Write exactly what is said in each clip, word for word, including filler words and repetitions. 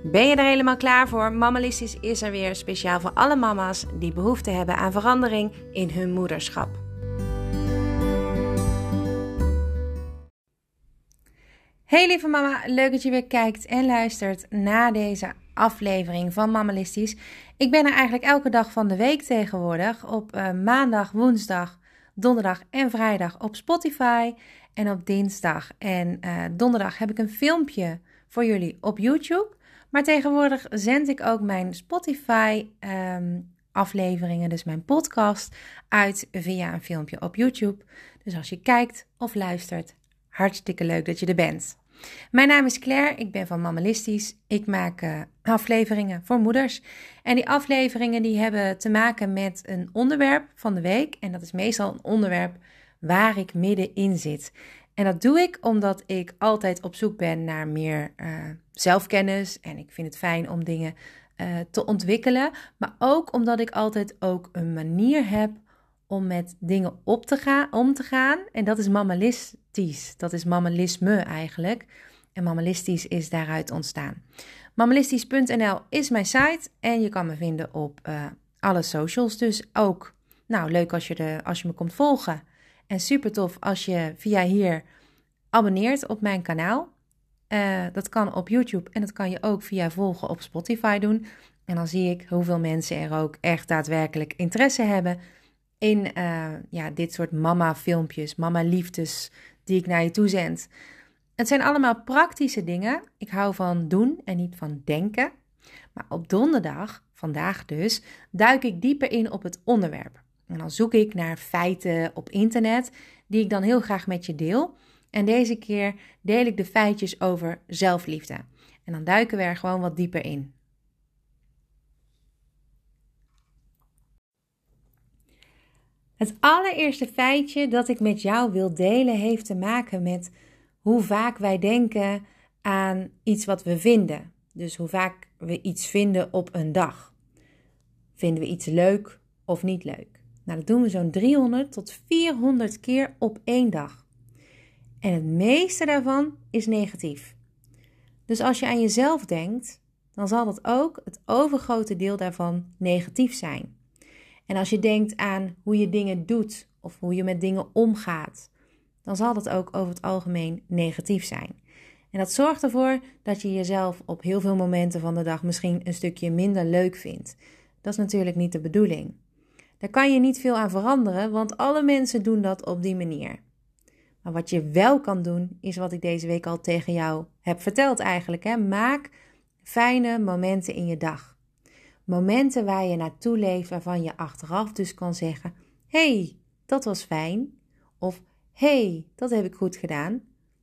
Ben je er helemaal klaar voor? Mammalistisch is er weer speciaal voor alle mama's die behoefte hebben aan verandering in hun moederschap. Hey lieve mama, leuk dat je weer kijkt en luistert naar deze aflevering van Mammalistisch. Ik ben er eigenlijk elke dag van de week tegenwoordig op uh, maandag, woensdag, donderdag en vrijdag op Spotify en op dinsdag en uh, donderdag heb ik een filmpje voor jullie op YouTube. Maar tegenwoordig zend ik ook mijn Spotify um, afleveringen, dus mijn podcast, uit via een filmpje op YouTube. Dus als je kijkt of luistert, hartstikke leuk dat je er bent. Mijn naam is Claire, ik ben van Mammalistisch. Ik maak uh, afleveringen voor moeders. En die afleveringen die hebben te maken met een onderwerp van de week. En dat is meestal een onderwerp waar ik middenin zit. En dat doe ik omdat ik altijd op zoek ben naar meer uh, zelfkennis. En ik vind het fijn om dingen uh, te ontwikkelen. Maar ook omdat ik altijd ook een manier heb om met dingen op te gaan, om te gaan. En dat is mammalistisch. Dat is mammalisme eigenlijk. En mammalistisch is daaruit ontstaan. Mammalistisch punt n l is mijn site. En je kan me vinden op uh, alle socials. Dus ook, nou leuk als je, de, als je me komt volgen. En super tof als je via hier abonneert op mijn kanaal. Uh, dat kan op YouTube en dat kan je ook via volgen op Spotify doen. En dan zie ik hoeveel mensen er ook echt daadwerkelijk interesse hebben in uh, ja, dit soort mama-filmpjes, mama-liefdes die ik naar je toe zend. Het zijn allemaal praktische dingen. Ik hou van doen en niet van denken. Maar op donderdag, vandaag dus, duik ik dieper in op het onderwerp. En dan zoek ik naar feiten op internet die ik dan heel graag met je deel. En deze keer deel ik de feitjes over zelfliefde. En dan duiken we er gewoon wat dieper in. Het allereerste feitje dat ik met jou wil delen heeft te maken met hoe vaak wij denken aan iets wat we vinden. Dus hoe vaak we iets vinden op een dag. Vinden we iets leuk of niet leuk? Nou, dat doen we zo'n driehonderd tot vierhonderd keer op één dag. En het meeste daarvan is negatief. Dus als je aan jezelf denkt, dan zal dat ook het overgrote deel daarvan negatief zijn. En als je denkt aan hoe je dingen doet of hoe je met dingen omgaat, dan zal dat ook over het algemeen negatief zijn. En dat zorgt ervoor dat je jezelf op heel veel momenten van de dag misschien een stukje minder leuk vindt. Dat is natuurlijk niet de bedoeling. Daar kan je niet veel aan veranderen, want alle mensen doen dat op die manier. Maar wat je wel kan doen, is wat ik deze week al tegen jou heb verteld eigenlijk. Hè? Maak fijne momenten in je dag. Momenten waar je naartoe leeft, waarvan je achteraf dus kan zeggen, hey, dat was fijn. Of, hey, dat heb ik goed gedaan.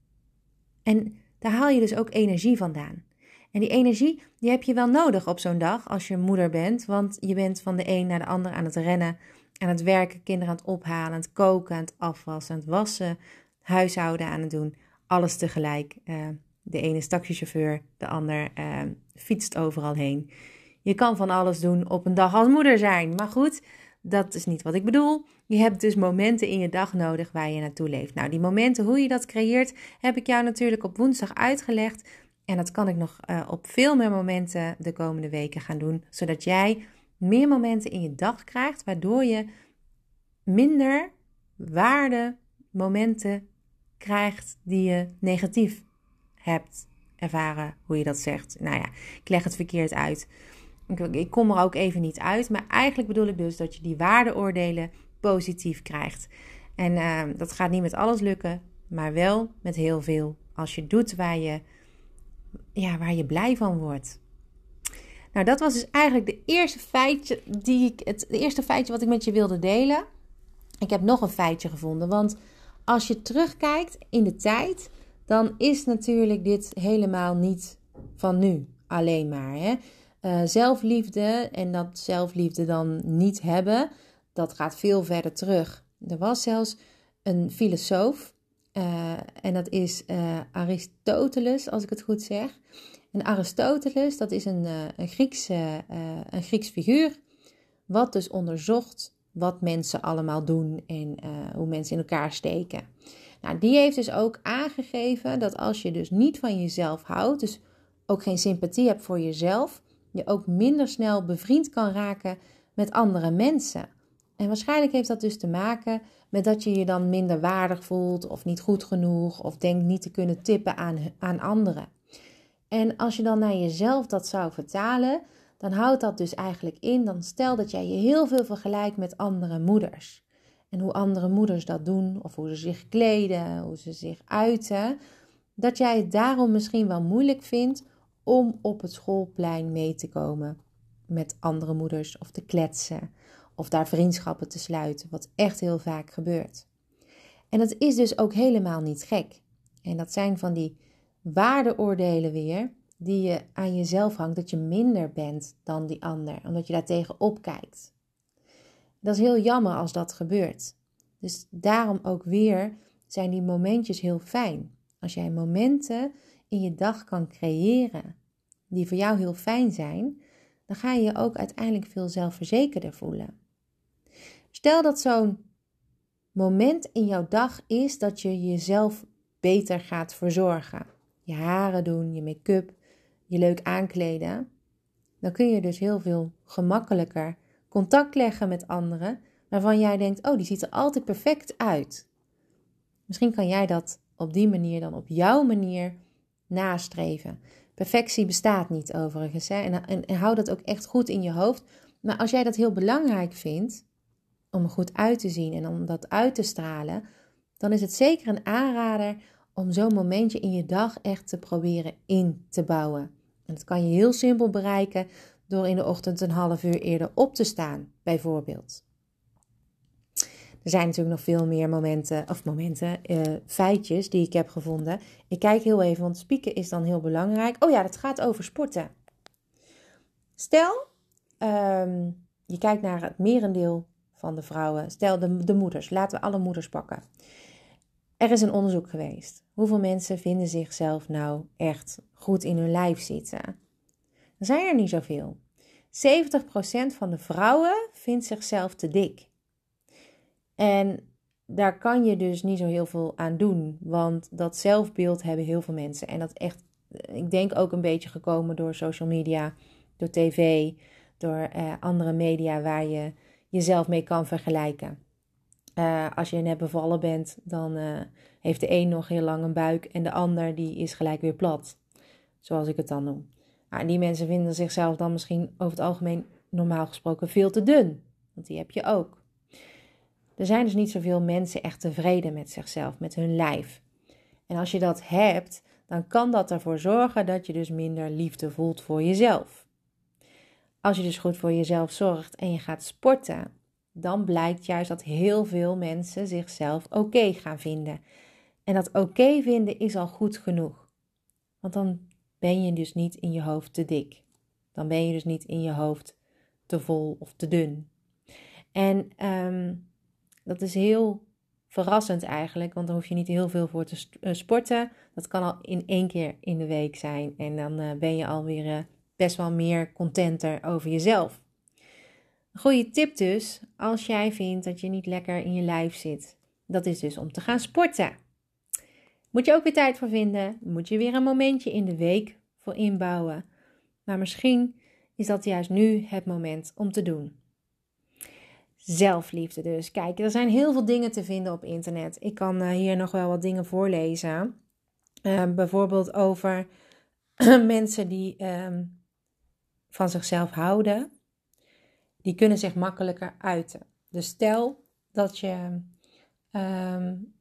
En daar haal je dus ook energie vandaan. En die energie, die heb je wel nodig op zo'n dag als je moeder bent. Want je bent van de een naar de ander aan het rennen, aan het werken, kinderen aan het ophalen, aan het koken, aan het afwassen, aan het wassen, huishouden aan het doen. Alles tegelijk. Uh, de ene is taxichauffeur, de ander uh, fietst overal heen. Je kan van alles doen op een dag als moeder zijn. Maar goed, dat is niet wat ik bedoel. Je hebt dus momenten in je dag nodig waar je naartoe leeft. Nou, die momenten, hoe je dat creëert, heb ik jou natuurlijk op woensdag uitgelegd. En dat kan ik nog uh, op veel meer momenten de komende weken gaan doen. Zodat jij meer momenten in je dag krijgt, waardoor je minder waarde momenten krijgt die je negatief hebt ervaren, hoe je dat zegt. Nou ja, ik leg het verkeerd uit. Ik, ik kom er ook even niet uit, maar eigenlijk bedoel ik dus dat je die waardeoordelen positief krijgt. En uh, dat gaat niet met alles lukken, maar wel met heel veel. Als je doet waar je, ja, waar je blij van wordt. Nou, dat was dus eigenlijk de eerste feitje die ik, het eerste feitje wat ik met je wilde delen. Ik heb nog een feitje gevonden, want als je terugkijkt in de tijd, dan is natuurlijk dit helemaal niet van nu alleen maar. Hè? Uh, zelfliefde en dat zelfliefde dan niet hebben, dat gaat veel verder terug. Er was zelfs een filosoof, uh, en dat is uh, Aristoteles, als ik het goed zeg. En Aristoteles, dat is een, uh, een, Griekse, uh, een Grieks figuur, wat dus onderzocht wat mensen allemaal doen en uh, hoe mensen in elkaar steken. Nou, die heeft dus ook aangegeven dat als je dus niet van jezelf houdt, dus ook geen sympathie hebt voor jezelf, je ook minder snel bevriend kan raken met andere mensen. En waarschijnlijk heeft dat dus te maken met dat je je dan minder waardig voelt of niet goed genoeg of denkt niet te kunnen tippen aan, aan anderen. En als je dan naar jezelf dat zou vertalen, dan houdt dat dus eigenlijk in, dan stel dat jij je heel veel vergelijkt met andere moeders. En hoe andere moeders dat doen, of hoe ze zich kleden, hoe ze zich uiten, dat jij het daarom misschien wel moeilijk vindt om op het schoolplein mee te komen met andere moeders of te kletsen of daar vriendschappen te sluiten, wat echt heel vaak gebeurt. En dat is dus ook helemaal niet gek. En dat zijn van die waardeoordelen weer, die je aan jezelf hangt, dat je minder bent dan die ander, omdat je daar tegenop kijkt. Dat is heel jammer als dat gebeurt. Dus daarom ook weer zijn die momentjes heel fijn. Als jij momenten in je dag kan creëren die voor jou heel fijn zijn, dan ga je je ook uiteindelijk veel zelfverzekerder voelen. Stel dat zo'n moment in jouw dag is dat je jezelf beter gaat verzorgen. Je haren doen, je make-up, je leuk aankleden. Dan kun je dus heel veel gemakkelijker contact leggen met anderen, waarvan jij denkt, oh, die ziet er altijd perfect uit. Misschien kan jij dat op die manier dan op jouw manier nastreven. Perfectie bestaat niet overigens. Hè? En, en, en hou dat ook echt goed in je hoofd. Maar als jij dat heel belangrijk vindt, om er goed uit te zien en om dat uit te stralen, dan is het zeker een aanrader om zo'n momentje in je dag echt te proberen in te bouwen. En dat kan je heel simpel bereiken door in de ochtend een half uur eerder op te staan, bijvoorbeeld. Er zijn natuurlijk nog veel meer momenten, of momenten, uh, feitjes die ik heb gevonden. Ik kijk heel even, want spieken is dan heel belangrijk. Oh ja, dat gaat over sporten. Stel, um, je kijkt naar het merendeel van de vrouwen. Stel, de, de moeders. Laten we alle moeders pakken. Er is een onderzoek geweest. Hoeveel mensen vinden zichzelf nou echt goed in hun lijf zitten? Dan zijn er niet zoveel. zeventig procent van de vrouwen vindt zichzelf te dik. En daar kan je dus niet zo heel veel aan doen. Want dat zelfbeeld hebben heel veel mensen. En dat echt, ik denk ook een beetje gekomen door social media, door tv, door eh, andere media waar je jezelf mee kan vergelijken. Uh, als je net bevallen bent, dan uh, heeft de een nog heel lang een buik en de ander die is gelijk weer plat. Zoals ik het dan noem. Nou, en die mensen vinden zichzelf dan misschien over het algemeen normaal gesproken veel te dun. Want die heb je ook. Er zijn dus niet zoveel mensen echt tevreden met zichzelf, met hun lijf. En als je dat hebt, dan kan dat ervoor zorgen dat je dus minder liefde voelt voor jezelf. Als je dus goed voor jezelf zorgt en je gaat sporten, dan blijkt juist dat heel veel mensen zichzelf oké gaan vinden. En dat oké vinden is al goed genoeg. Want dan ben je dus niet in je hoofd te dik. Dan ben je dus niet in je hoofd te vol of te dun. En um, dat is heel verrassend eigenlijk, want dan hoef je niet heel veel voor te sporten. Dat kan al in één keer in de week zijn. En dan uh, ben je alweer uh, best wel meer contenter over jezelf. Een goede tip dus, als jij vindt dat je niet lekker in je lijf zit. Dat is dus om te gaan sporten. Moet je ook weer tijd voor vinden. Moet je weer een momentje in de week voor inbouwen. Maar misschien is dat juist nu het moment om te doen. Zelfliefde dus. Kijk, er zijn heel veel dingen te vinden op internet. Ik kan uh, hier nog wel wat dingen voorlezen. Uh, bijvoorbeeld over mensen die uh, van zichzelf houden. Die kunnen zich makkelijker uiten. Dus stel dat je, um,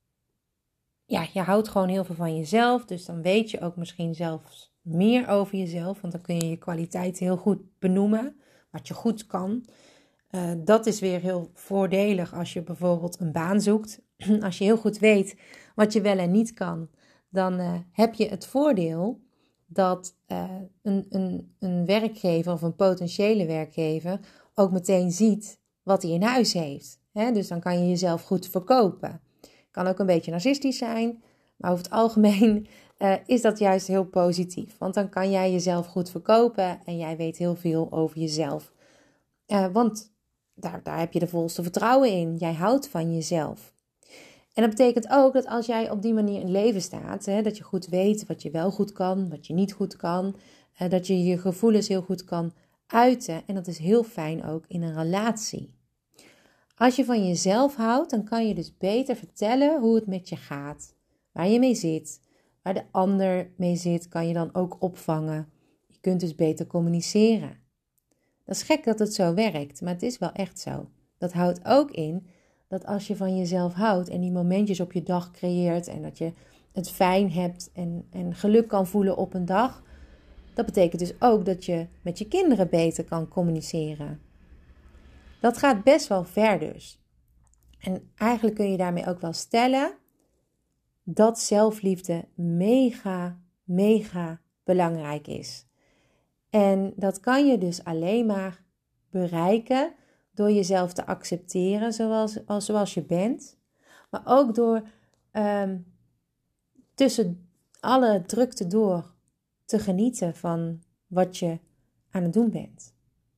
ja, je houdt gewoon heel veel van jezelf. Dus dan weet je ook misschien zelfs meer over jezelf. Want dan kun je je kwaliteiten heel goed benoemen. Wat je goed kan. Uh, dat is weer heel voordelig als je bijvoorbeeld een baan zoekt. Als je heel goed weet wat je wel en niet kan. Dan uh, heb je het voordeel dat uh, een, een, een werkgever of een potentiële werkgever ook meteen ziet wat hij in huis heeft. He, dus dan kan je jezelf goed verkopen. Kan ook een beetje narcistisch zijn, maar over het algemeen uh, is dat juist heel positief. Want dan kan jij jezelf goed verkopen en jij weet heel veel over jezelf. Uh, want daar, daar heb je de volste vertrouwen in. Jij houdt van jezelf. En dat betekent ook dat als jij op die manier in leven staat, hè, dat je goed weet wat je wel goed kan, wat je niet goed kan, uh, dat je je gevoelens heel goed kan uiten. En dat is heel fijn ook in een relatie. Als je van jezelf houdt, dan kan je dus beter vertellen hoe het met je gaat. Waar je mee zit, waar de ander mee zit, kan je dan ook opvangen. Je kunt dus beter communiceren. Dat is gek dat het zo werkt, maar het is wel echt zo. Dat houdt ook in dat als je van jezelf houdt en die momentjes op je dag creëert en dat je het fijn hebt en, en geluk kan voelen op een dag, dat betekent dus ook dat je met je kinderen beter kan communiceren. Dat gaat best wel ver dus. En eigenlijk kun je daarmee ook wel stellen dat zelfliefde mega, mega belangrijk is. En dat kan je dus alleen maar bereiken door jezelf te accepteren zoals, zoals je bent. Maar ook door um, tussen alle drukte door te genieten van wat je aan het doen bent.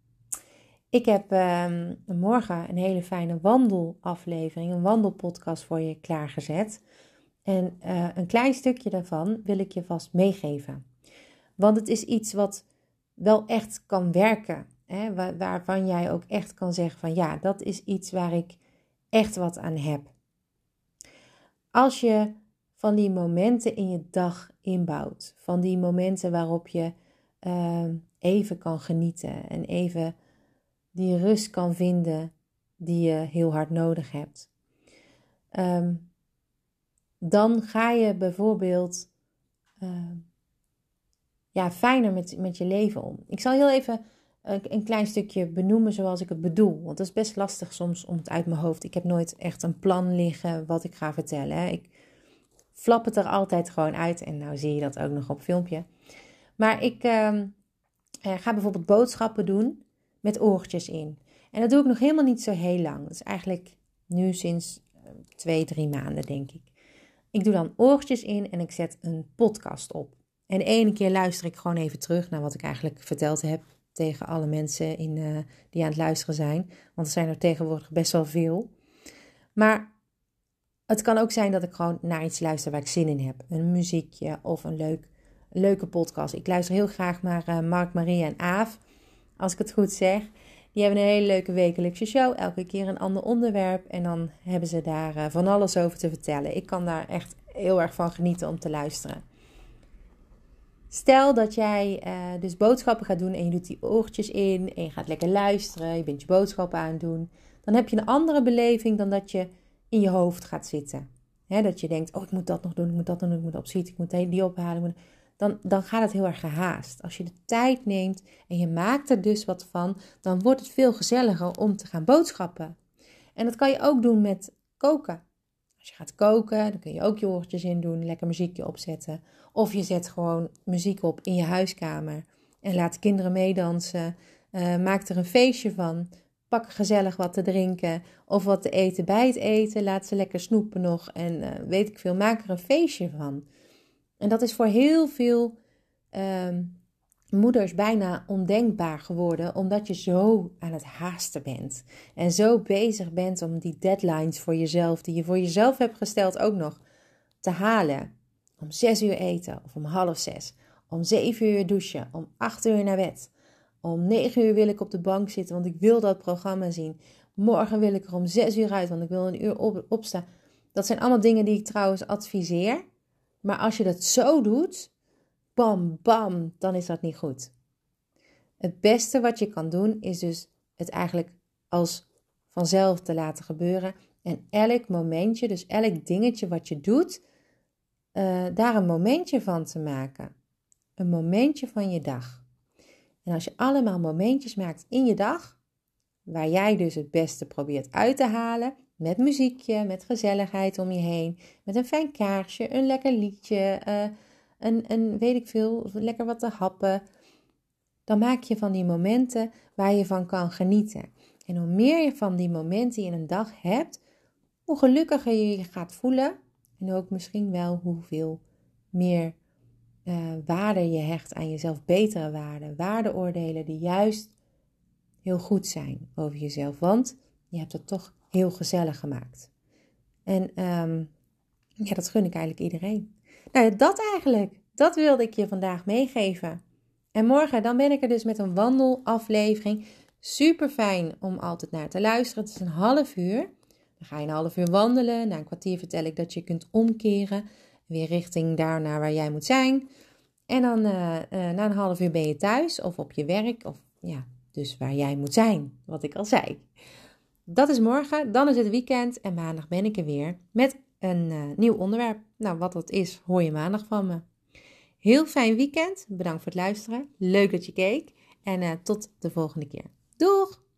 Ik heb um, morgen een hele fijne wandelaflevering, een wandelpodcast voor je klaargezet. En uh, een klein stukje daarvan wil ik je vast meegeven. Want het is iets wat wel echt kan werken. Hè, waar, waarvan jij ook echt kan zeggen van ja, dat is iets waar ik echt wat aan heb. Als je van die momenten in je dag inbouwt. Van die momenten waarop je uh, even kan genieten. En even die rust kan vinden die je heel hard nodig hebt. Um, dan ga je bijvoorbeeld uh, ja, fijner met, met je leven om. Ik zal heel even een, een klein stukje benoemen zoals ik het bedoel. Want dat is best lastig soms om het uit mijn hoofd. Ik heb nooit echt een plan liggen wat ik ga vertellen. Hè. Ik flap het er altijd gewoon uit. En nou zie je dat ook nog op filmpje. Maar ik uh, ga bijvoorbeeld boodschappen doen met oortjes in. En dat doe ik nog helemaal niet zo heel lang. Dat is eigenlijk nu sinds uh, twee, drie maanden denk ik. Ik doe dan oortjes in en ik zet een podcast op. En de ene keer luister ik gewoon even terug naar wat ik eigenlijk verteld heb tegen alle mensen in, uh, die aan het luisteren zijn. Want er zijn er tegenwoordig best wel veel. Maar het kan ook zijn dat ik gewoon naar iets luister waar ik zin in heb. Een muziekje of een leuk, leuke podcast. Ik luister heel graag naar uh, Mark, Maria en Aaf. Als ik het goed zeg. Die hebben een hele leuke wekelijkse show. Elke keer een ander onderwerp. En dan hebben ze daar uh, van alles over te vertellen. Ik kan daar echt heel erg van genieten om te luisteren. Stel dat jij uh, dus boodschappen gaat doen en je doet die oortjes in. En je gaat lekker luisteren. Je bent je boodschappen aan het doen. Dan heb je een andere beleving dan dat je in je hoofd gaat zitten. He, dat je denkt, oh ik moet dat nog doen. Ik moet dat nog doen. Ik moet opschieten. Ik moet die ophalen. Ik moet... Dan, dan gaat het heel erg gehaast. Als je de tijd neemt en je maakt er dus wat van, dan wordt het veel gezelliger om te gaan boodschappen. En dat kan je ook doen met koken. Als je gaat koken, dan kun je ook je oortjes in doen, lekker muziekje opzetten. Of je zet gewoon muziek op in je huiskamer en laat kinderen meedansen. Uh, maak er een feestje van. Pak gezellig wat te drinken of wat te eten bij het eten. Laat ze lekker snoepen nog en uh, weet ik veel, maak er een feestje van. En dat is voor heel veel um, moeders bijna ondenkbaar geworden, omdat je zo aan het haasten bent. En zo bezig bent om die deadlines voor jezelf, die je voor jezelf hebt gesteld, ook nog te halen. Om zes uur eten of om half zes. Om zeven uur douchen. Om acht uur naar bed. Om negen uur wil ik op de bank zitten, want ik wil dat programma zien. Morgen wil ik er om zes uur uit, want ik wil een uur op, opstaan. Dat zijn allemaal dingen die ik trouwens adviseer. Maar als je dat zo doet, bam, bam, dan is dat niet goed. Het beste wat je kan doen is dus het eigenlijk als vanzelf te laten gebeuren. En elk momentje, dus elk dingetje wat je doet, uh, daar een momentje van te maken. Een momentje van je dag. En als je allemaal momentjes maakt in je dag, waar jij dus het beste probeert uit te halen, met muziekje, met gezelligheid om je heen, met een fijn kaarsje, een lekker liedje, uh, een, een weet ik veel, lekker wat te happen. Dan maak je van die momenten waar je van kan genieten. En hoe meer je van die momenten in een dag hebt, hoe gelukkiger je je gaat voelen. En ook misschien wel hoeveel meer uh, waarde je hecht aan jezelf, betere waarden, waardeoordelen die juist heel goed zijn over jezelf. Want je hebt het toch heel gezellig gemaakt. En um, ja, dat gun ik eigenlijk iedereen. Nou, dat eigenlijk. Dat wilde ik je vandaag meegeven. En morgen dan ben ik er dus met een wandelaflevering. Super fijn om altijd naar te luisteren. Het is een half uur. Dan ga je een half uur wandelen. Na een kwartier vertel ik dat je kunt omkeren. Weer richting daarna waar jij moet zijn. En dan uh, uh, na een half uur ben je thuis of op je werk. Of ja, dus waar jij moet zijn. Wat ik al zei. Dat is morgen. Dan is het weekend. En maandag ben ik er weer met een uh, nieuw onderwerp. Nou, wat dat is, hoor je maandag van me. Heel fijn weekend. Bedankt voor het luisteren. Leuk dat je keek. En uh, tot de volgende keer. Doeg!